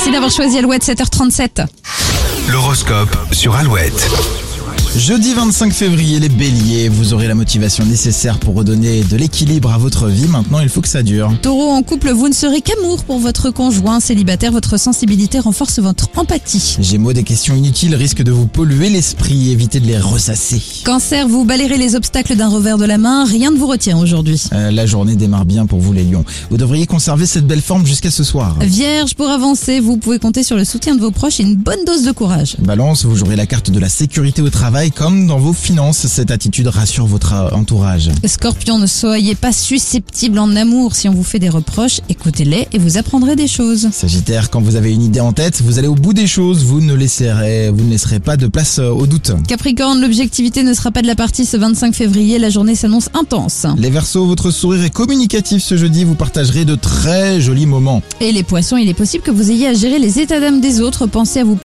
Merci d'avoir choisi Alouette, 7h37. L'horoscope sur Alouette. Jeudi 25 février, les béliers, vous aurez la motivation nécessaire pour redonner de l'équilibre à votre vie. Maintenant, il faut que ça dure. Taureau, en couple, vous ne serez qu'amour pour votre conjoint. Célibataire, votre sensibilité renforce votre empathie. Gémeaux, des questions inutiles risquent de vous polluer l'esprit. Évitez de les ressasser. Cancer, vous balayerez les obstacles d'un revers de la main. Rien ne vous retient aujourd'hui. La journée démarre bien pour vous les lions. Vous devriez conserver cette belle forme jusqu'à ce soir. Vierge, pour avancer, vous pouvez compter sur le soutien de vos proches et une bonne dose de courage. Balance, vous jouerez la carte de la sécurité au travail comme dans vos finances. Cette attitude rassure votre entourage. Scorpion, ne soyez pas susceptible en amour. Si on vous fait des reproches, écoutez-les et vous apprendrez des choses. Sagittaire, quand vous avez une idée en tête, vous allez au bout des choses. Vous ne laisserez pas de place au doute. Capricorne, l'objectivité ne sera pas de la partie ce 25 février. La journée s'annonce intense. Les Verseaux, votre sourire est communicatif ce jeudi. Vous partagerez de très jolis moments. Et les Poissons, il est possible que vous ayez à gérer les états d'âme des autres. Pensez à vous